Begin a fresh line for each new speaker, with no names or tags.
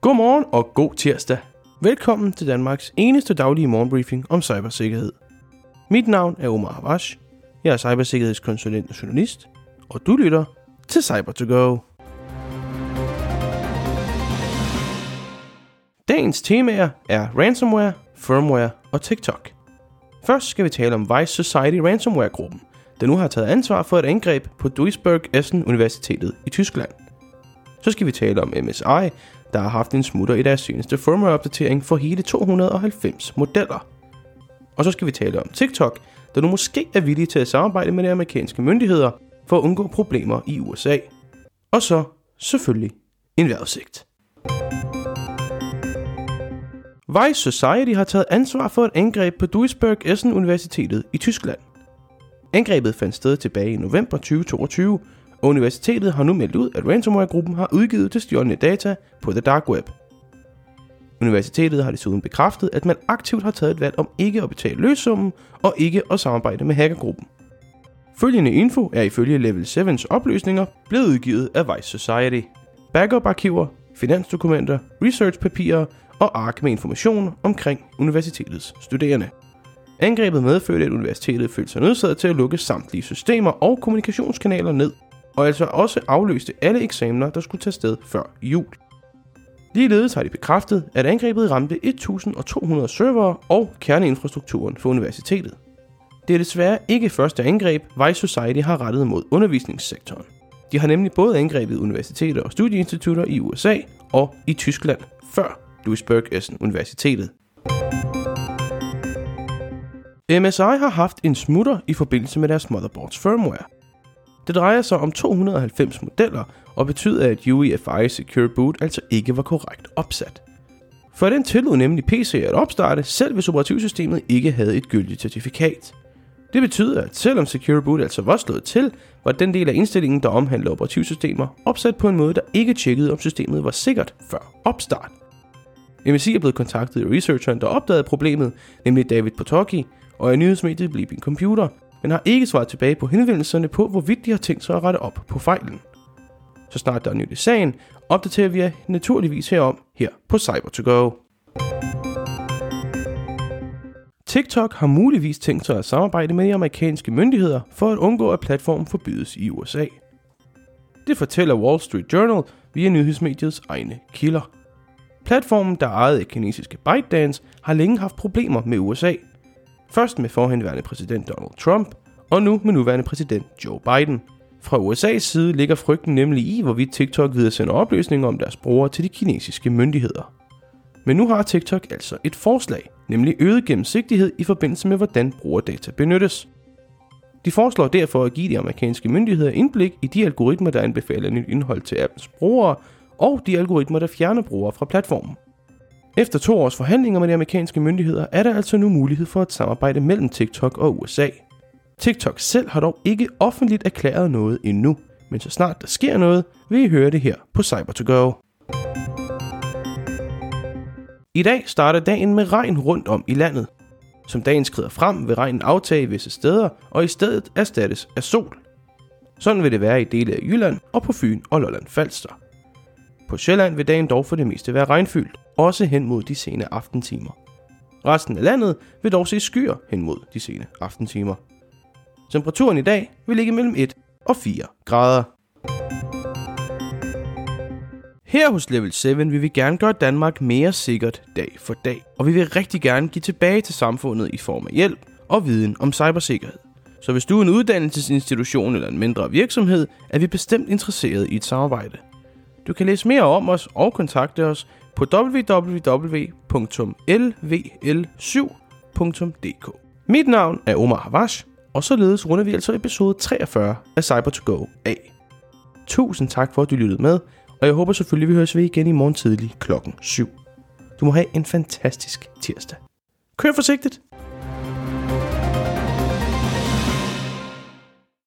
Godmorgen og god tirsdag. Velkommen til Danmarks eneste daglige morgenbriefing om cybersikkerhed. Mit navn er Omar Havash. Jeg er cybersikkerhedskonsulent og journalist, og du lytter til Cyber2Go. Dagens temaer er ransomware, firmware og TikTok. Først skal vi tale om Wyse Society Ransomware-gruppen, der nu har taget ansvar for et angreb på Duisburg-Essen Universitetet i Tyskland. Så skal vi tale om MSI, der har haft en smutter i deres seneste firmware-opdatering for hele 290 modeller. Og så skal vi tale om TikTok, der nu måske er villige til at samarbejde med de amerikanske myndigheder for at undgå problemer i USA. Og så selvfølgelig en vejrudsigt. Wyse Society har taget ansvar for et angreb på Duisburg-Essen Universitetet i Tyskland. Angrebet fandt sted tilbage i november 2022, og universitetet har nu meldt ud, at ransomware-gruppen har udgivet det stjålne data på The Dark Web. Universitetet har desuden bekræftet, at man aktivt har taget et valg om ikke at betale løssummen og ikke at samarbejde med hackergruppen. Følgende info er ifølge Level 7's oplysninger blevet udgivet af Wyse Society. Backup-arkiver, finansdokumenter, researchpapirer og ark med information omkring universitetets studerende. Angrebet medførte, at universitetet følte sig nødsaget til at lukke samtlige systemer og kommunikationskanaler ned, og altså også afløste alle eksamener, der skulle tage sted før jul. Ligeledes har de bekræftet, at angrebet ramte 1200 servere og kerneinfrastrukturen for universitetet. Det er desværre ikke første angreb, Wyse Society har rettet mod undervisningssektoren. De har nemlig både angrebet universiteter og studieinstitutter i USA og i Tyskland før Duisburg-Essen Universitetet. MSI har haft en smutter i forbindelse med deres motherboards firmware. Det drejer sig om 290 modeller og betyder, at UEFI Secure Boot altså ikke var korrekt opsat. For den tillod nemlig PC at opstarte, selv hvis operativsystemet ikke havde et gyldigt certifikat. Det betyder, at selvom Secure Boot altså var slået til, var den del af indstillingen, der omhandler operativsystemer, opsat på en måde, der ikke tjekkede, om systemet var sikkert før opstart. MSI er blevet kontaktet af researcheren, der opdagede problemet, nemlig David Potocki, og af nyhedsmediet Bleeping Computer, men har ikke svaret tilbage på henvendelserne på, hvorvidt de har tænkt sig at rette op på fejlen. Så snart der er nyt i sagen, opdaterer vi naturligvis herom her på Cyber2Go. TikTok har muligvis tænkt sig at samarbejde med de amerikanske myndigheder for at undgå, at platformen forbydes i USA. Det fortæller Wall Street Journal via nyhedsmediets egne kilder. Platformen, der er ejet af kinesiske ByteDance, har længe haft problemer med USA. Først med forhenværende præsident Donald Trump, og nu med nuværende præsident Joe Biden. Fra USA's side ligger frygten nemlig i, hvorvidt TikTok videresender oplysninger om deres brugere til de kinesiske myndigheder. Men nu har TikTok altså et forslag, nemlig øget gennemsigtighed i forbindelse med, hvordan brugerdata benyttes. De foreslår derfor at give de amerikanske myndigheder indblik i de algoritmer, der anbefaler nyt indhold til appens brugere, og de algoritmer, der fjerner brugere fra platformen. Efter 2 års forhandlinger med de amerikanske myndigheder, er der altså nu mulighed for et samarbejde mellem TikTok og USA. TikTok selv har dog ikke offentligt erklæret noget endnu, men så snart der sker noget, vil I høre det her på Cyber2Go. I dag starter dagen med regn rundt om i landet. Som dagen skrider frem, vil regnen aftage visse steder, og i stedet erstattes af sol. Sådan vil det være i dele af Jylland og på Fyn og Lolland-Falster. På Sjælland vil dagen dog for det meste være regnfyldt, også hen mod de sene aftentimer. Resten af landet vil dog se skyer hen mod de sene aftentimer. Temperaturen i dag vil ligge mellem 1 og 4 grader. Her hos Level 7 vil vi gerne gøre Danmark mere sikkert dag for dag, og vi vil rigtig gerne give tilbage til samfundet i form af hjælp og viden om cybersikkerhed. Så hvis du er en uddannelsesinstitution eller en mindre virksomhed, er vi bestemt interesseret i et samarbejde. Du kan læse mere om os og kontakte os på www.lvl7.dk. Mit navn er Omar Havash, og således runder vi altså episode 43 af Cyber2Go af. Tusind tak for, at du lyttede med, og jeg håber selvfølgelig, vi høres ved igen i morgen tidlig klokken 7. Du må have en fantastisk tirsdag. Kør forsigtigt!